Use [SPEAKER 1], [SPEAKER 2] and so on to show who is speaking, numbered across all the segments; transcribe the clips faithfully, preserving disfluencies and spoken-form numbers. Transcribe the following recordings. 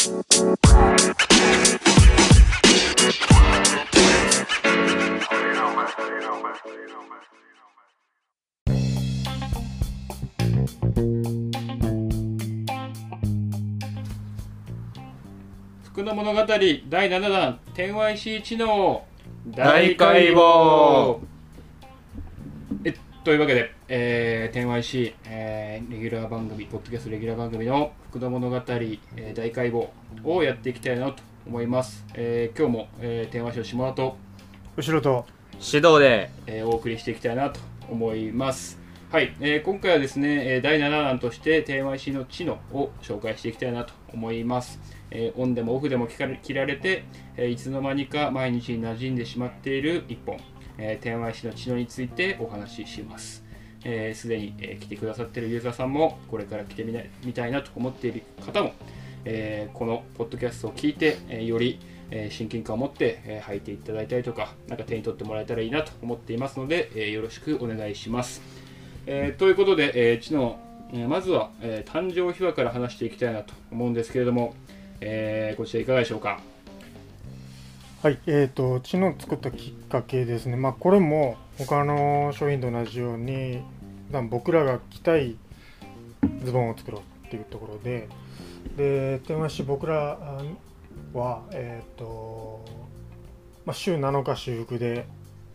[SPEAKER 1] 服の物語だいななだん テンワイシー 知能大解剖。えというわけで、えー、テンワイシー、えー、レギュラー番組ポッドキャストレギュラー番組の服の物語、えー、大解剖をやっていきたいなと思います。えー、今日も、えー、テンワイシー の下田と
[SPEAKER 2] 後ろと
[SPEAKER 3] 指導で、
[SPEAKER 1] えー、お送りしていきたいなと思います。はい、えー、今回はですねだいななだんとして テンワイシー の知能を紹介していきたいなと思います。えー、オンでもオフでも切られて、えー、いつの間にか毎日に馴染んでしまっている一本、えー、テンワイシー の知能についてお話しします。す、えー、で、に、えー、来てくださっているユーザーさんもこれから来てみなみたいなと思っている方も、えー、このポッドキャストを聞いて、えー、より、えー、親近感を持って、えー、履いていただいたりとかなんか手に取ってもらえたらいいなと思っていますので、えー、よろしくお願いします。えー、ということで、えー、知能、えー、まずは、えー、誕生秘話から話していきたいなと思うんですけれども、えー、こちらいかがでしょうか。
[SPEAKER 2] はい、えーと知能を作ったきっかけですね。まあこれも他の商品と同じように僕らが着たいズボンを作ろうっていうところで、でテンワイシー僕らはえーと、まあ、週なのか私服で、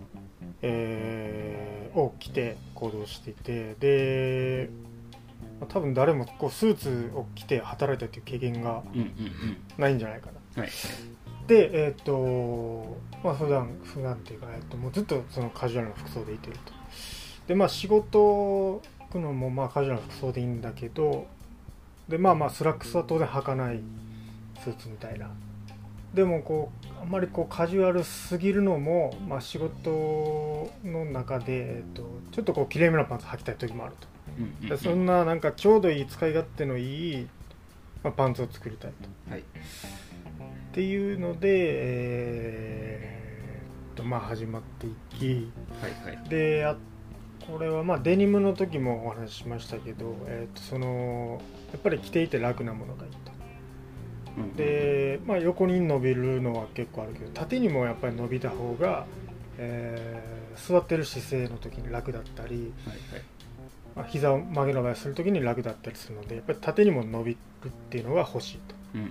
[SPEAKER 2] えー、を着て行動していて、で多分誰もこうスーツを着て働いたという経験がないんじゃないかな、うんうんうん、はい、で、えーとまあ、普段普段っていうか、えーともうずっとそのカジュアルな服装でいてると。でまあ仕事行くのもまあカジュアルな服装でいいんだけど、でまあまあスラックスは当然履かないスーツみたいな。でもこうあんまりこうカジュアルすぎるのも、まあ、仕事の中で、えーとちょっとこうきれいめなパンツ履きたい時もあると。でそんななんかちょうどいい使い勝手のいい、まあ、パンツを作りたいと、はい、っていうので、えー、とまあ始まっていき、はいはい、であこれはまあデニムの時もお話ししましたけど、えー、とそのやっぱり着ていて楽なものがいいと。で、まあ、横に伸びるのは結構あるけど縦にもやっぱり伸びた方が、えー、座ってる姿勢の時に楽だったり、はいはい、まあ、膝を曲げ伸ばしする時に楽だったりするのでやっぱり縦にも伸びるっていうのが欲しいと、うんうん、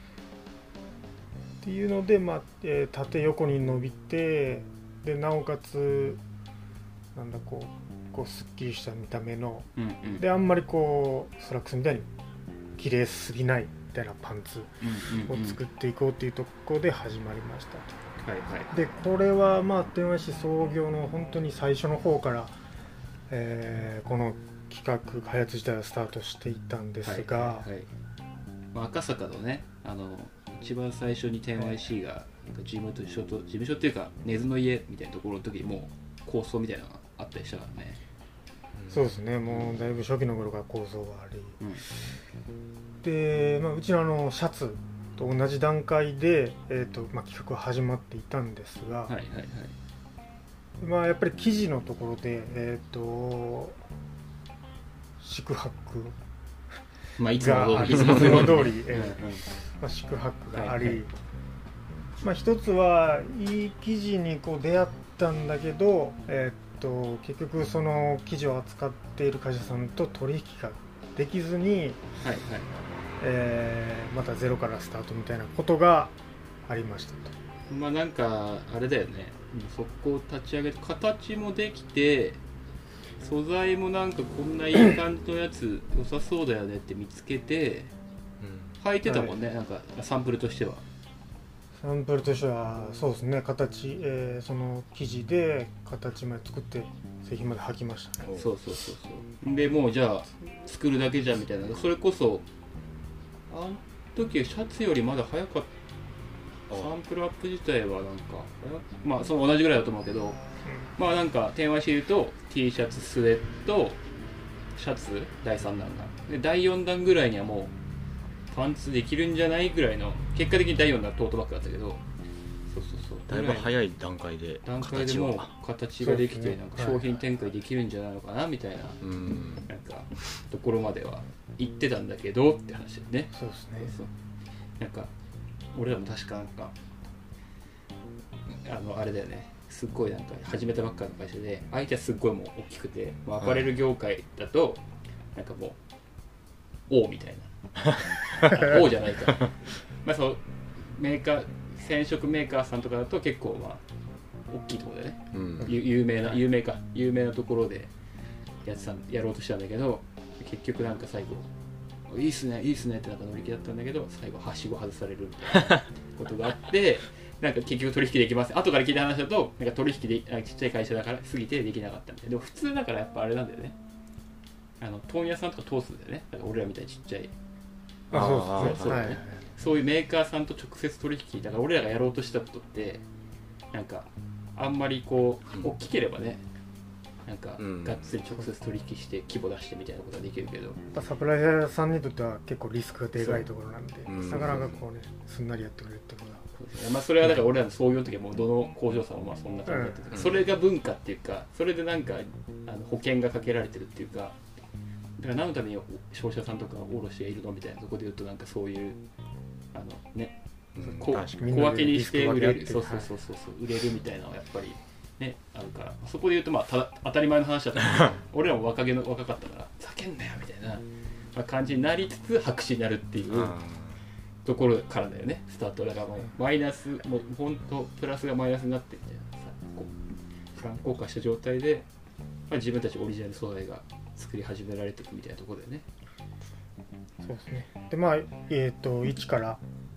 [SPEAKER 2] っていうので、まあえー、縦横に伸びてでなおかつなんだこう、こうすっきりした見た目の、うんうん、であんまりこうスラックスみたいに綺麗すぎないみたいなパンツを作っていこうっていうところで始まりましたと、はいはい、でこれはまあテンワイシー創業の本当に最初の方から、えー、この企画開発自体はスタートしていったんですが、はいはいはい、
[SPEAKER 1] まあ、赤坂のねあの一番最初に テンワイシー がなんか事務所と事務所っていうか根津の家みたいなところの時にもう構想みたいなのがあったりしたからね。
[SPEAKER 2] そうですね、もうだいぶ初期の頃から構想があり、うん、で、まあ、うちのあのシャツと同じ段階で、えーとまあ、企画は始まっていたんですが、はいはいはい、まあ、やっぱり生地のところで、えーと宿泊
[SPEAKER 1] まあ、いつも通り、
[SPEAKER 2] いつも通り、えーまあ、宿泊があり、はいはい、まあ、一つはいい生地にこう出会ったんだけど、えーと結局その生地を扱っている会社さんと取引ができずに、はいはい、えー、またゼロからスタートみたいなことがありましたと。
[SPEAKER 1] まあなんかあれだよね、そこを立ち上げて形もできて素材もなんかこんないい感じのやつ良さそうだよねって見つけて、うん、履いてたもんね、はい、なんかサンプルとしては
[SPEAKER 2] サンプルとしてはそうですね、形、えー、その生地で形まで作って製品まで履きましたね。
[SPEAKER 1] そうそうそうそうでもうじゃあ作るだけじゃんみたいな、それこそあの時シャツよりまだ早かったサンプルアップ自体はなんかまあその同じぐらいだと思うけど、うん、まあなんかテンワイシーで言うと T シャツスウェットシャツだいさんだんがでだいよんだんぐらいにはもうパンツできるんじゃないぐらいの結果的にだいよんだんトートバッグだったけど、そうそうそう
[SPEAKER 3] だいぶ早い段階で
[SPEAKER 1] 段階でもう形ができてなんか商品展開できるんじゃないのかなみたいな、うん、なんかところまでは行ってたんだけどって話でね。
[SPEAKER 2] そうですね。そう
[SPEAKER 1] なんか俺らも確かなんかあのあれだよね、すっごいなんか始めたばっかの会社で相手はすっごいもう大きくて、まあ、アパレル業界だとなんかもう王みたいな王じゃないかまあそうメーカー染色メーカーさんとかだと結構まあ大きいところでね、うん、有名な有名か有名なところでやってたやろうとしたんだけど、結局なんか最後いいっすねいいっすねってなんか乗り気だったんだけど、最後はしご外されるみたいなことがあってなんか結局取引できます、後から聞いた話だとなんか取引でちっちゃい会社だから過ぎてできなかったみたいな。でも普通だからやっぱあれなんだよね、あの問屋さんとか通すんだよね、だから俺らみたいにちっちゃい、
[SPEAKER 2] あそう
[SPEAKER 1] そうそう、はい、そういうメーカーさんと直接取引だから俺らがやろうとしたことってなんかあんまりこう大きければね、なんかがっつり直接取引して規模出してみたいなことができるけど、
[SPEAKER 2] うん、サプライヤーさんにとっては結構リスクがでかいところなんで、なかなかこうねすんなりやってくれるってことだ。
[SPEAKER 1] まあ、それはだから俺らの創業の時はもうどの工場さんもまあそんな感じだったけど、うん、それが文化っていうか、それでなんかあの保険がかけられてるっていうか、だから何のために商社さんとか卸がいるのみたいなところで言うと、なんかそういうあのね、うん、こ小分けにして売れる、そうそうそうそう売れるみたいなのはやっぱりねあるから、そこで言うとまあた当たり前の話だったけど俺らも若気の若かったからざけんなよみたいな、まあ、感じになりつつ白紙になるっていうところからだよね、スタートだからもうマイナスもう本当プラスがマイナスになってみたいなさ、こうフランク化した状態で、まあ、自分たちオリジナル素材が作り始められていくみたいなところだよね。
[SPEAKER 2] そうですね。でまあえっ、ー、と一から、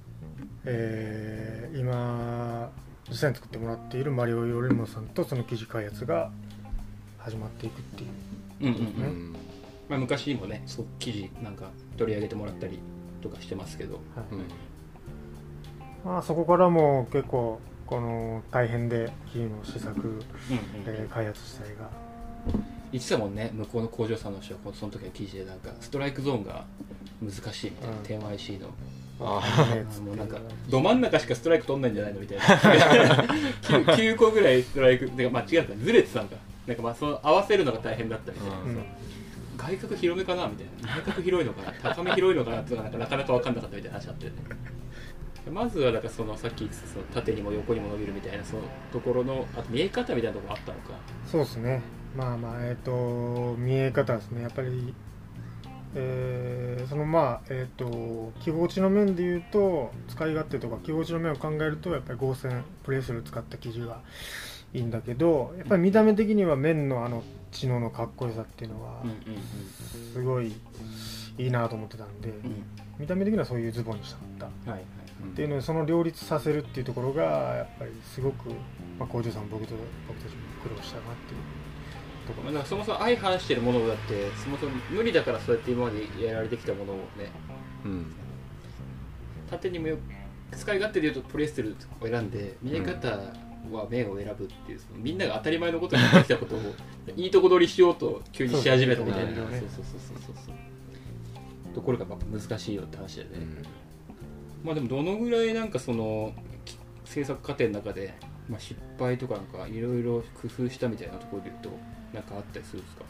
[SPEAKER 2] えー、今実際に作ってもらっているマリオ・ヨルモさんとその生地開発が始まっていくっていうことですね。うんうんうん、
[SPEAKER 1] まあ、昔にもねそう記事なんか取り上げてもらったりとかしてますけど、はい、
[SPEAKER 2] うん、まあ、そこからも結構この大変で生地の試作、うんうん、えー、開発自体が
[SPEAKER 1] 言ってたもんね、向こうの工場さんの人はその時の記事でなんかストライクゾーンが難しいみたいな、うん、テンワイシー のああもうなんかど真ん中しかストライク取んないんじゃないのみたいな 9, きゅうこぐらいストライクで、まあ、違うかずれてたんか、なんかまあその合わせるのが大変だったみたいな、うん、外角広めかなみたいな、外角広いのかな高め広いのかなってのがなかなか分かんなかったみたいな話あってね。まずはだからそのさっき言ってたその縦にも横にも伸びるみたいなそのところのあと見え方みたいなところあったのか。
[SPEAKER 2] そうですね、まあまあえっ、ー、と見え方ですね、やっぱり、えー、そのまあえっ、ー、と着心地の面でいうと使い勝手とか着心地の面を考えるとやっぱり合成プレースル使った生地がいいんだけど、やっぱり見た目的には綿のあのチノのかっこよさっていうのはすごいいいなと思ってたんで、うん、見た目的にはそういうズボンにしたかった、はいはい、っていうのでその両立させるっていうところがやっぱりすごく、まあ、工場さん僕と僕たちも苦労したなっていうところ、
[SPEAKER 1] まあ、そもそも相反してるものだってそもそも無理だからそうやって今までやられてきたものをね、うん、縦にもよ使い勝手でいうとポリエステルを選んで見え方は綿を選ぶっていう、そのみんなが当たり前のことになってきたことをいいとこ取りしようと急にし始めたみたいな、そうそうそうそうそうところがやっぱ難しいよって話だよね、うん、まあでもどのぐらいなんかその制作過程の中で、まあ、失敗とかなんかいろいろ工夫したみたいなところで言うとなんかあったりするんですか？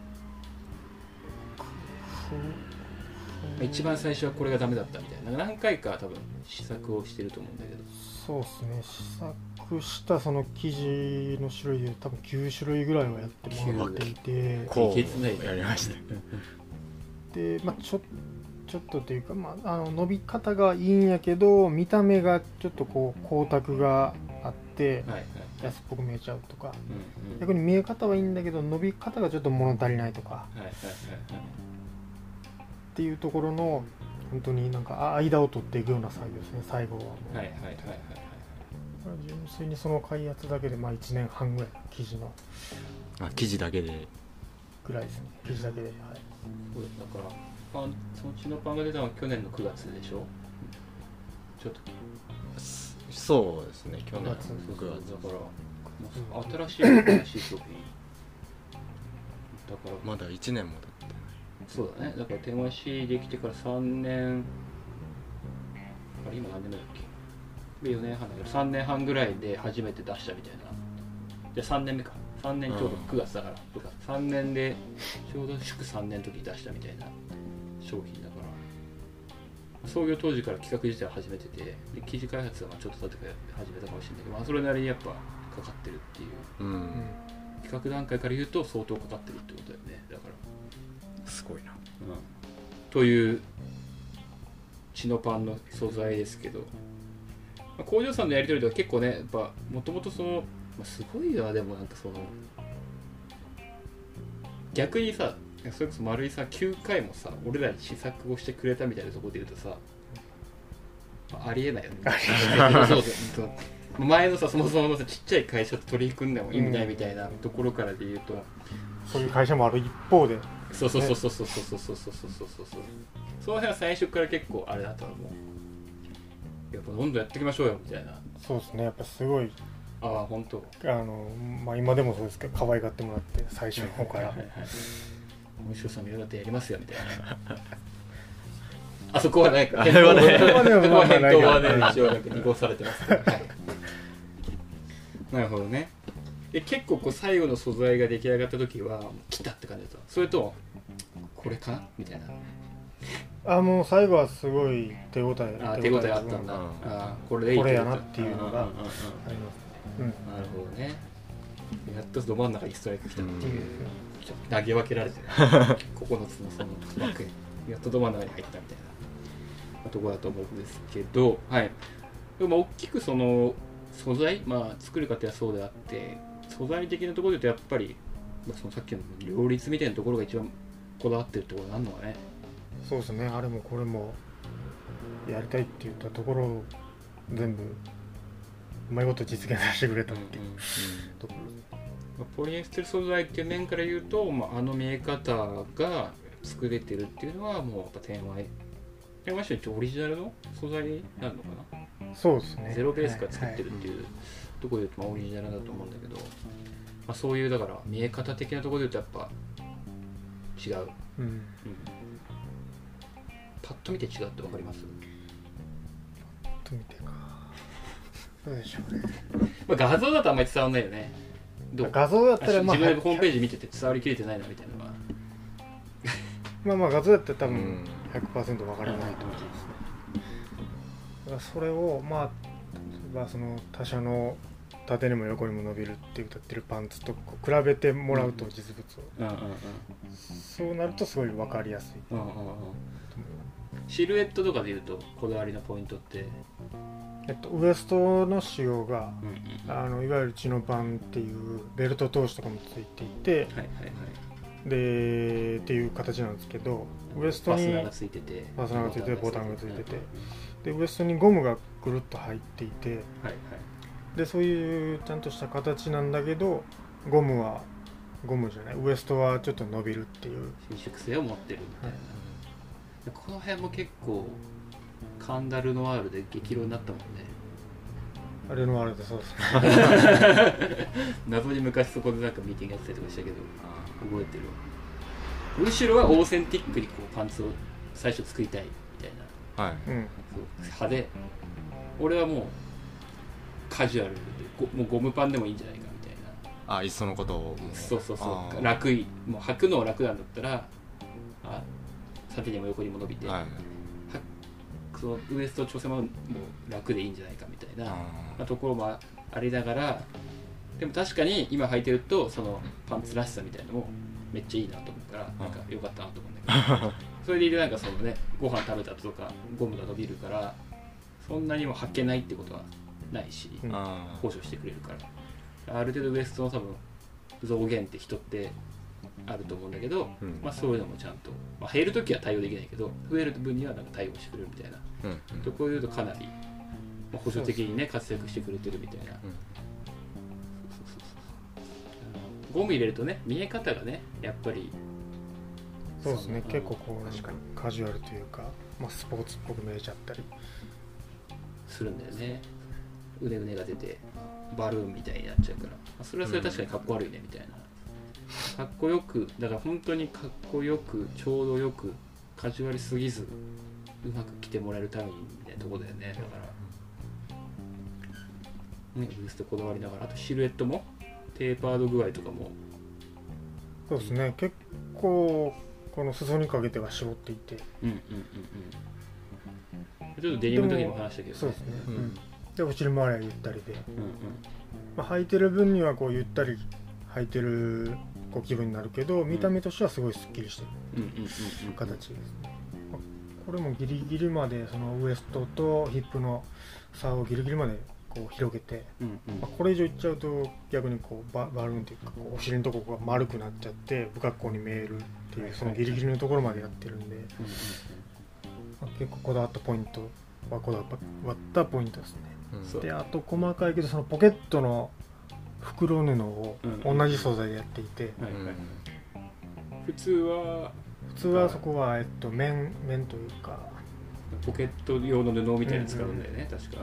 [SPEAKER 1] 一番最初はこれがダメだったみたいな何回か多分試作をしてると思うんだけど。
[SPEAKER 2] そうですね、試作したその生地の種類で多分きゅう種類ぐらいはやってもらっていて、
[SPEAKER 1] こうやりました
[SPEAKER 2] で、まあ、ちょちょっとというか、まあ、あの伸び方がいいんやけど見た目がちょっとこう光沢があって、はいはい、安っぽく見えちゃうとか、うんうん、逆に見え方はいいんだけど伸び方がちょっと物足りないとか、はいはいはいはい、っていうところの本当になんか間を取っていくような作業ですね、最後はもう。はいはいはいはい。純粋にその開発だけでまあいちねんはんぐらいの生地の。
[SPEAKER 3] あ、生地だけで。
[SPEAKER 2] ぐらいですね、生地だけで。はい。
[SPEAKER 1] そうだからパンそのうちのパンが出たのは去年のくがつでしょ。ちょっと。
[SPEAKER 3] そうですね、去年の
[SPEAKER 1] くがつだから、うん、新しい新しい商品。だから
[SPEAKER 3] まだいちねんも経ってない。
[SPEAKER 1] そうだね、だから ティーワイシー できてからさんねん、あれ今何年目だっけ、よねんはんだけどさんねんはんぐらいで初めて出したみたいな。じゃあさんねんめか、さんねんちょうどくがつだからとか、うん、さんねんでちょうど祝さんねんの時に出したみたいな商品だから、 創業当時から企画自体は始めてて、で記事開発はまあちょっと経ってから始めたかもしれないけど、まあ、それなりにやっぱかかってるっていう、うん、企画段階から言うと相当かかってるってことだよね。だから
[SPEAKER 3] すごいな、うん、
[SPEAKER 1] というチノパンの素材ですけど、まあ、工場さんのやり取りとか結構ね、やっぱもともとその、まあ、すごいな。でもなんかその逆にさ、それこそ丸井さんきゅうかいもさ俺らに試作をしてくれたみたいなところで言うとさ、まあ、ありえないよね。そうそうそう、前のさそもそものさちっちゃい会社と取り組んでも意味ないみたいなところからで言うと、うん、
[SPEAKER 2] そういう会社もある一方で、
[SPEAKER 1] そうそうそうそうそうそうそうそうそうそうそうそう、その辺は最初から結構あれだったのもうやっぱどんどんやっていきましょうよみたいな。
[SPEAKER 2] そうですね、やっぱすごい、
[SPEAKER 1] ああ本当、
[SPEAKER 2] あの、まあ、今でもそうですけど可愛がってもらって最初の方から、はいはいはい、
[SPEAKER 1] 面白さんもよかったらやりますよみたいなあそこはないか、
[SPEAKER 3] あれはね、
[SPEAKER 1] そこは返答はね一応なんか濁されてますけど、はい、なるほどね。で結構こう最後の素材が出来上がった時は来たって感じだった。それとこれかなみたいな。
[SPEAKER 2] あ、もう最後はすごい手応え、
[SPEAKER 1] あ手応えあったんだ、うん、あこれでいい
[SPEAKER 2] これやなっていうのがあります。
[SPEAKER 1] うん、なるほどね。やっとど真ん中にストライク来たっていう、うん、投げ分けられてここのつのその枠にやっとど真ん中に入ったみたいなところだと思うんですけど、はい。でも大きくその素材、まあ作る過程はそうであって、素材的なところで言うとやっぱりそのさっきの両立みたいなところが一番こだわってるところなんのかね。
[SPEAKER 2] そうですね、あれもこれもやりたいって言ったところを全部うまいこと実現させてくれたっていう、うんうんうん、ところ。
[SPEAKER 1] ポリエステル素材っていう面から言うと、まあ、あの見え方が作れてるっていうのはもうやっぱ天外天外一応オリジナルの素材になるのかな。
[SPEAKER 2] そうですね、
[SPEAKER 1] ゼロベースから作ってるっていう、はいはい、ところで言うとまあオリジナルだと思うんだけど、まあ、そういうだから見え方的なところで言うとやっぱ違う、うんうん、パッと見て違うって分かります？
[SPEAKER 2] パッと見てかどうでしょうね、
[SPEAKER 1] まあ、画像だとあんまり伝わんないよね。どう
[SPEAKER 2] 画像だったら、まあ、
[SPEAKER 1] 自分でホームページ見てて伝わりきれてないなみたいなのは
[SPEAKER 2] まあまあ画像だったら多分 ひゃくパーセント 分からないと思うんですね。だからそれをまあ例えばその他社の縦にも横にも伸びるって歌ってるパンツとこう比べてもらうと実物を、うんうんうんうん、そうなるとすごい分かりやすい、うんうんうん、
[SPEAKER 1] シルエットとかでいうとこだわりのポイントって、
[SPEAKER 2] えっと、ウエストの仕様が、うんうんうん、あのいわゆるチノパンっていうベルト通しとかもついていて、はいはいはい、でっていう形なんですけど、ウエストに
[SPEAKER 1] ファスナーがついてて
[SPEAKER 2] ファスナーがついててボタンがついてて、でウエストにゴムがぐるっと入っていて、はいはい、でそういうちゃんとした形なんだけどゴムはゴムじゃないウエストはちょっと伸びるっていう
[SPEAKER 1] 伸縮性を持ってるみたいな、はい、この辺も結構カンダルノワールで激論になったもんね。
[SPEAKER 2] あれのあれでそうですね
[SPEAKER 1] 謎に昔そこでなんかミーティングやってたりとかしたけど覚えてるわ。むしろはオーセンティックにこうパンツを最初作りたいみたいな、はい、そう派で、俺はもうカジュアルでもうゴムパンでもいいんじゃないかみたいな。
[SPEAKER 3] あ、いっそのことを
[SPEAKER 1] そうそうそう、楽いもう履くのは楽なんだったらあ縦にも横にも伸びて、はい、そのウエスト調整ももう楽でいいんじゃないかみたいな、まあ、ところもありながら、でも確かに今履いてるとそのパンツらしさみたいなのもめっちゃいいなと思うからなんか良かったなと思うんだけどそれでいてなんかそのねご飯食べた後とかゴムが伸びるからそんなにも履けないってことはないし、うん、補助してくれるからある程度ウエストの多分増減って人ってあると思うんだけど、うん、まあそういうのもちゃんと、まあ、減るときは対応できないけど増える分にはなんか対応してくれるみたいな、うん、とこういうとかなり、まあ、補助的にね活躍してくれてるみたいな、うん、ゴム入れるとね見え方がねやっぱり
[SPEAKER 2] そうですね、結構こう確かにカジュアルというか、まあ、スポーツっぽく見えちゃったり
[SPEAKER 1] するんだよね。うねうねが出てバルーンみたいになっちゃうから、まあ、それはそれ確かにかっこ悪いねみたいな、かっこよくだから本当にかっこよくちょうどよくカジュアルすぎずうまく着てもらえるためにみたいなところだよね。だからねウエストこだわりながらあとシルエットもテーパード具合とかも
[SPEAKER 2] そうですね、結構この裾にかけては絞っていて、うんうんうんうん、
[SPEAKER 1] ちょっとデニムの時も話したけど、ね、
[SPEAKER 2] そうですね、
[SPEAKER 3] うん、
[SPEAKER 2] でお尻周りはゆったりで、
[SPEAKER 1] うんうん
[SPEAKER 2] まあ、履いてる分にはこうゆったり履いてるこう気分になるけど見た目としてはすごいスッキリしてる形ですね、まあ、これもギリギリまでそのウエストとヒップの差をギリギリまでこう広げて、
[SPEAKER 1] うんうん
[SPEAKER 2] まあ、これ以上いっちゃうと逆にこう バ, バルーンというかこうお尻のところが丸くなっちゃって不格好に見えるっていうそのギリギリのところまでやってるんで、まあ、結構こだわったポイントはこだわったポイントですね、うん、であと細かいけどそのポケットの袋布を同じ素材でやっていて、うんはいはい、
[SPEAKER 1] 普通は
[SPEAKER 2] 普通はそこは、えっと、面面というか
[SPEAKER 1] ポケット用の布みたいに使うんだよね、うんうん、確か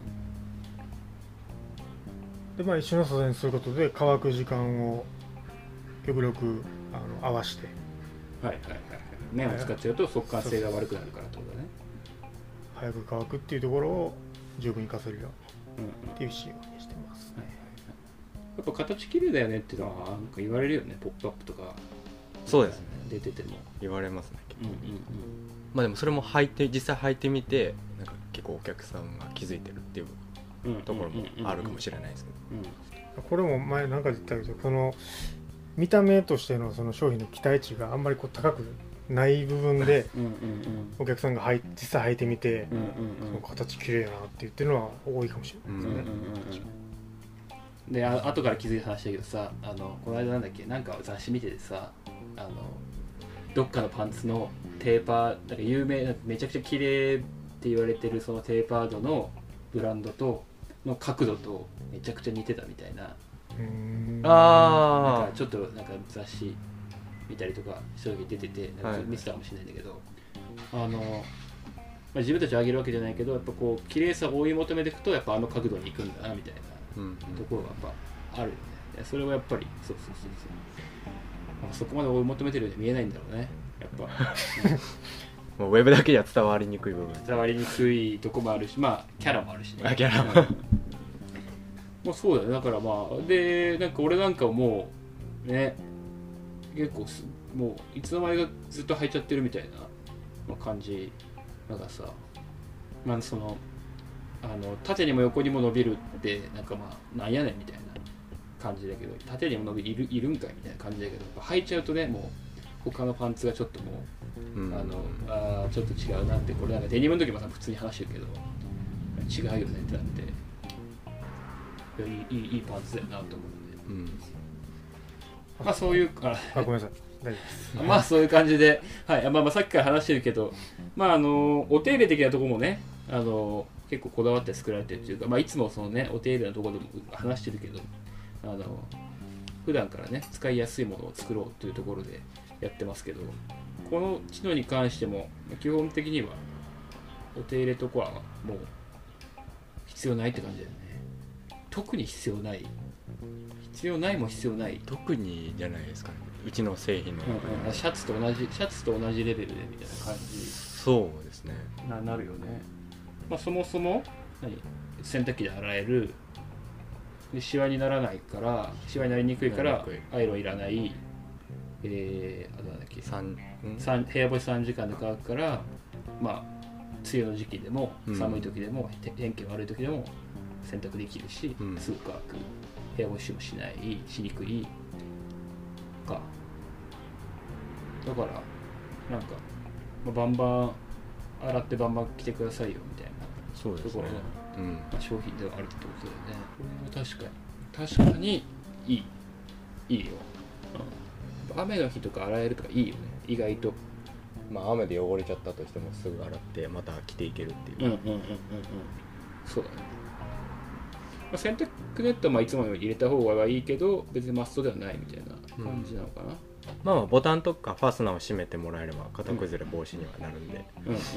[SPEAKER 2] で、まあ、一緒の素材にすることで乾く時間を極力あの合わせて
[SPEAKER 1] はいはいはいはい面を使っちゃうと速乾性が悪くなるからってことだね
[SPEAKER 2] 早く乾くっていうところを十分活かせるようにっていう仕様にしてます、ね、うんうんはい
[SPEAKER 1] やっぱ形綺麗だよねっていうのはなんか言われるよねポップアップとか
[SPEAKER 3] そうですね
[SPEAKER 1] 出てても
[SPEAKER 3] 言われますね、
[SPEAKER 1] うんうんうん、
[SPEAKER 3] まあでもそれも履いて実際履いてみてなんか結構お客さんが気づいてるっていうところもあるかもしれないですけど
[SPEAKER 2] これも前なんか言ったけどその見た目としてのその商品の期待値があんまりこう高くない部分でお客さんが履い実際履いてみて、うんうんうん、その形綺麗だなって言ってるのは多いかもしれないですね、うんうんうん
[SPEAKER 1] であ後から気づいた話だけどさあのこの間なんだっけなんか雑誌見ててさあのどっかのパンツのテーパーなんか有名なめちゃくちゃ綺麗って言われてるそのテーパードのブランドとの角度とめちゃくちゃ似てたみたいな
[SPEAKER 2] うーん
[SPEAKER 3] あ
[SPEAKER 1] なんかちょっとなんか雑誌見たりとかした時出ててなんか見てたかもしれないんだけど、はい、あの、まあ、自分たちを上げるわけじゃないけどやっぱこう綺麗さを追い求めていくとやっぱあの角度に行くんだなみたいなうん、ところがやっぱあるよね。それはやっぱりそうそうそうそう。そこまで追い求めてるように見えないんだろうね。やっぱ。
[SPEAKER 3] もうウェブだけじゃ伝わりにくい部分。
[SPEAKER 1] 伝わりにくいとこもあるし、まあキャラもあるしね。
[SPEAKER 3] あキャラも。
[SPEAKER 1] もうそうだよ。だからまあでなんか俺なんかもうね結構すもういつの間にかずっと履いちゃってるみたいな感じなんかさ、まあその。あの縦にも横にも伸びるってなんかまあなんやねんみたいな感じだけど縦にも伸びるいるいるんかいみたいな感じだけど履いちゃうとねもう他のパンツがちょっともう、うん、あのあちょっと違うなってこれなんかデニムの時も普通に話してるけど違うよねってなっていいいいいいパンツだよなと思って、うん、まあそういうあ
[SPEAKER 2] あごめんなさい大丈夫です
[SPEAKER 1] まあそういう感じで、はいまあ、まあさっきから話してるけどまああのお手入れ的なところもねあの結構こだわって作られてるというか、まあ、いつもそのねお手入れのところでも話してるけどあの普段からね使いやすいものを作ろうというところでやってますけどこの知能に関しても基本的にはお手入れとこはもう必要ないって感じだよね特に必要ない必要ないも必要ない
[SPEAKER 3] 特にじゃないですかねうちの製品の、
[SPEAKER 1] うんうん、シャツと同じシャツと同じレベルでみたいな感じ
[SPEAKER 3] そうですね
[SPEAKER 1] な, なるよねまあ、そもそも何洗濯機で洗えるでシワにならないからシワになりにくいからアイロンいらない、えー、あとなんだっけ部屋干しさんじかんで乾くからまあ梅雨の時期でも寒い時でも、うん、天気が悪い時でも洗濯できるし、うん、すぐ乾く部屋干しもしないしにくいかだからなんか、まあ、バンバン洗ってバンバン着てくださいよみたいな
[SPEAKER 3] そうですね、ところ
[SPEAKER 1] の、うんまあ、商品ではあるってことだよね。これは確かに確かにいいいいよ、うん、雨の日とか洗えるとかいいよね意外と
[SPEAKER 3] まあ雨で汚れちゃったとしてもすぐ洗ってまた着ていけるっていう
[SPEAKER 1] うんうんうんうんうんそうだね、まあ、洗濯ネットはまあいつもより入れた方がいいけど別にマストではないみたいな感じなのかな、うん
[SPEAKER 3] まあ、まあボタンとかファスナーを閉めてもらえれば型崩れ防止にはなるんで、
[SPEAKER 1] うんうんうんうんうん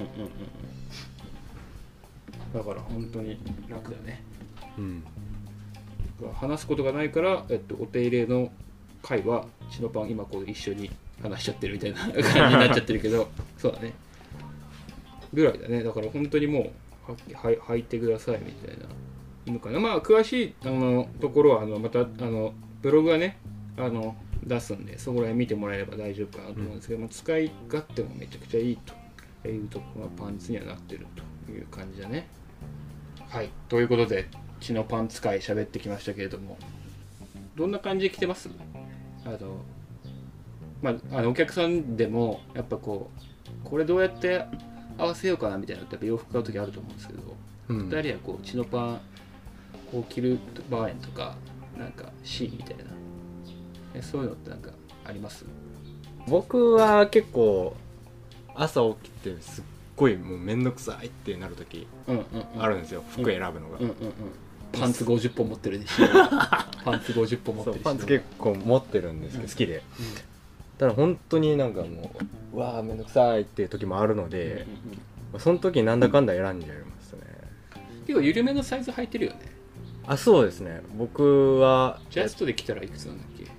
[SPEAKER 1] だから本当に楽だね、うん、話すことがないから、えっと、お手入れの回はチノパン今こう一緒に話しちゃってるみたいな感じになっちゃってるけどそうだねぐらいだねだから本当にもうはは履いてくださいみたいないいのかなまあ詳しいあのところはあのまたあのブログはねあの出すんでそこら辺見てもらえれば大丈夫かなと思うんですけど、うん、使い勝手もめちゃくちゃいいというところがパンツにはなってるという感じだね。はい、ということでチノパン使い喋ってきましたけれども、どんな感じで着てます？あのまあ、あのお客さんでもやっぱこうこれどうやって合わせようかなみたいなのってやっぱ洋服買う時あると思うんですけど、うん、ふたりはこうチノパンを着る場合とかなんか C みたいな、そういうのってなんかあります？
[SPEAKER 3] 僕は結構朝起きてすっごいもうめんどくさいってなる時あるんですよ、うんうんうん、服選ぶのが、うんうんうん、
[SPEAKER 1] パンツごじゅっぽん持ってるでしパンツごじゅっぽん持ってるし、
[SPEAKER 3] パンツ結構持ってるんですけど、うん、好きで、うん、ただ本当になんかもううわーめんどくさいっていう時もあるので、うんうんうん、その時になんだかんだ選んじゃいますね。
[SPEAKER 1] 結構緩めのサイズ履いてるよね。
[SPEAKER 3] あ、そうですね。僕は
[SPEAKER 1] ジャストで着たらいくつなんだっけ？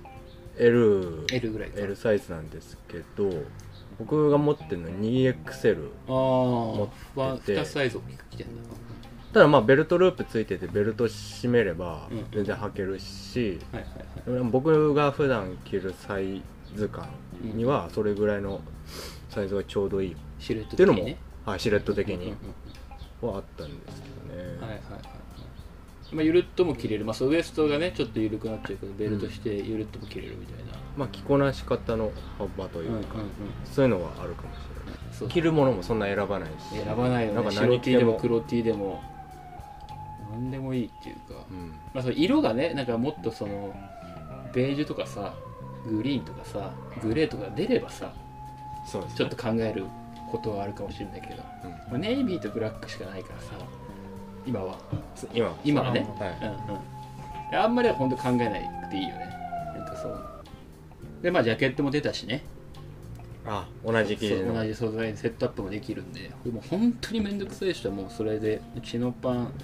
[SPEAKER 3] L,
[SPEAKER 1] L ぐらいか。
[SPEAKER 3] L サイズなんですけど、僕が持ってるの にエックスエル 持ってて、
[SPEAKER 1] にサイズ大きく着てんだ。
[SPEAKER 3] ただまあベルトループついててベルト締めれば全然履けるし、うんはいはいはい、僕が普段着るサイズ感にはそれぐらいのサイズがちょうどいいっていうのも、ね、はい、シルエット的にはあったんですけどね。はいはいはい。
[SPEAKER 1] まあ、ゆるっとも着れる、まあ、そうウエストがねちょっと緩くなっちゃうけどベルトしてゆるっとも着れるみたいな、
[SPEAKER 3] うん、まあ着こなし方の幅というか、うんうんうん、そういうのはあるかもしれない。そう着るものもそんな選ばないし、
[SPEAKER 1] 選ばないよね。なんか白 T でも黒 T でも何でもいいっていうか、うんまあ、その色がねなんかもっとそのベージュとかさグリーンとかさグレーとか出ればさそうです、ね、ちょっと考えることはあるかもしれないけど、うんまあ、ネイビーとブラックしかないからさ今は
[SPEAKER 3] 今
[SPEAKER 1] 今はね、はいうんうん、あんまりは本当考えないくていいよね。なんかそうでまあジャケットも出たしね。
[SPEAKER 3] あ同じ生地の
[SPEAKER 1] 同じ素材でセットアップもできるんで、でも本当にめんどくさい人はもうそれでチノパン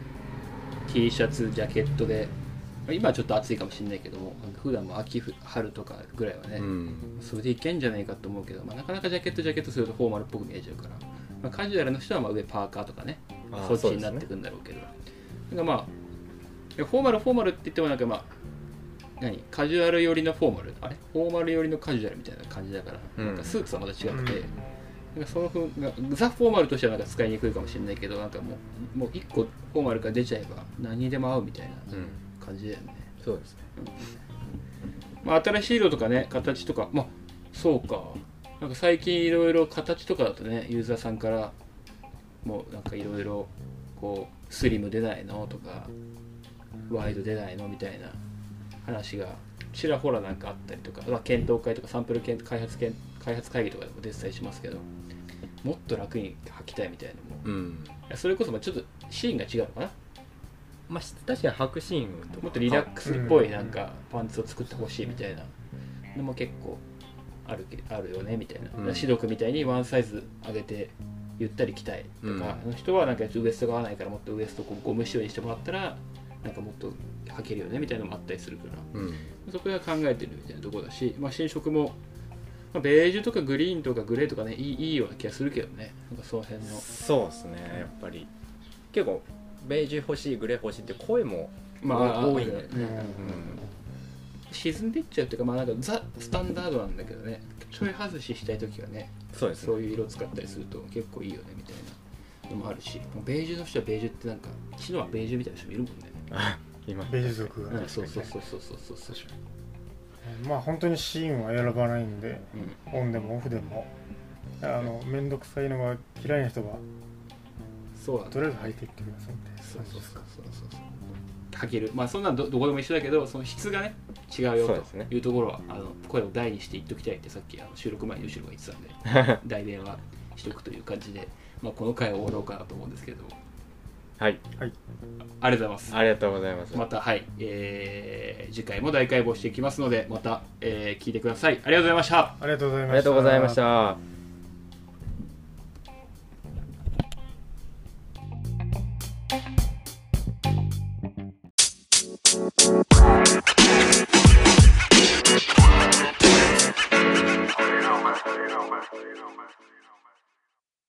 [SPEAKER 1] T シャツジャケットで今はちょっと暑いかもしれないけども普段も秋春とかぐらいはね、うん、それでいけんじゃないかと思うけど、まあ、なかなかジャケットジャケットするとフォーマルっぽく見えちゃうから、まあ、カジュアルの人はまあ上パーカーとかねそっちになってくんだろうけど、なんかまあフォーマルフォーマルって言ってもなんかまあ何カジュアル寄りのフォーマルあれフォーマル寄りのカジュアルみたいな感じだから、うん、なんかスーツはまた違くて、うん、なんかそのふザ・フォーマルとしてはなんか使いにくいかもしれないけどなんかもうもう一個フォーマルから出ちゃえば何にでも合うみたいな感じだよね、
[SPEAKER 3] うん、そうですね、
[SPEAKER 1] うんまあ、新しい色とかね形とかまあそうかなんか最近いろいろ形とかだとねユーザーさんからもうなんかいろいろこうスリム出ないのとかワイド出ないのみたいな話がちらほらなんかあったりとか、まあ、検討会とかサンプル開発開発会議とかでも出てたりしますけどもっと楽に履きたいみたいなのも、うん、それこそまあちょっとシーンが違うのかな、
[SPEAKER 3] まあ、確かに履くシーン
[SPEAKER 1] ともっとリラックスっぽいなんかパンツを作ってほしいみたいなのも結構ある、あるよねみたいな、うん、シドクみたいにワンサイズ上げてゆったり着たいとか、うん、の人はなんかウエストが合わないからもっとウエストをゴム仕様にしてもらったらなんかもっと履けるよねみたいなのもあったりするから、うん、そこは考えてるみたいなところだし、まあ、新色も、まあ、ベージュとかグリーンとかグレーとかねいい、いいような気がするけどねなんかその辺の
[SPEAKER 3] そうですねやっぱり結構ベージュ欲しいグレー欲しいって声も
[SPEAKER 1] まあ多いね、うんうん、沈んでいっちゃうっていうかまあなんかザ・スタンダードなんだけどねちょい外ししたいときはねそうですねそういう色使ったりすると結構いいよねみたいなのもあるしベージュの人はベージュってなんか昨日はベージュみたいな人もいるもんね
[SPEAKER 2] 今ベージュ族が、ね
[SPEAKER 1] うん、そうそうそうそうそうそうそう
[SPEAKER 2] まあ本当にシーンは選ばないんで、うん、オンでもオフでもあの面倒くさいのが嫌いな人はそうとりあえず履いていってくださいみたいな
[SPEAKER 1] そうそうそうそうそう履けるまあそんなの ど, どこでも一緒だけどその質がね違うよというところは、ね、あの声を大にして言っときたいってさっきあの収録前に後ろが言ってたんで代弁はしとくという感じで、まあ、この回を終わろうかなと思うんですけど
[SPEAKER 3] はい、
[SPEAKER 1] はい、ありがとうございます。
[SPEAKER 3] ありがとうございます。
[SPEAKER 1] またはい、えー、次回も大解剖していきますのでまた、えー、聞いてください。ありがとうございました。
[SPEAKER 2] ありがとうございました。
[SPEAKER 3] ありがとうございました。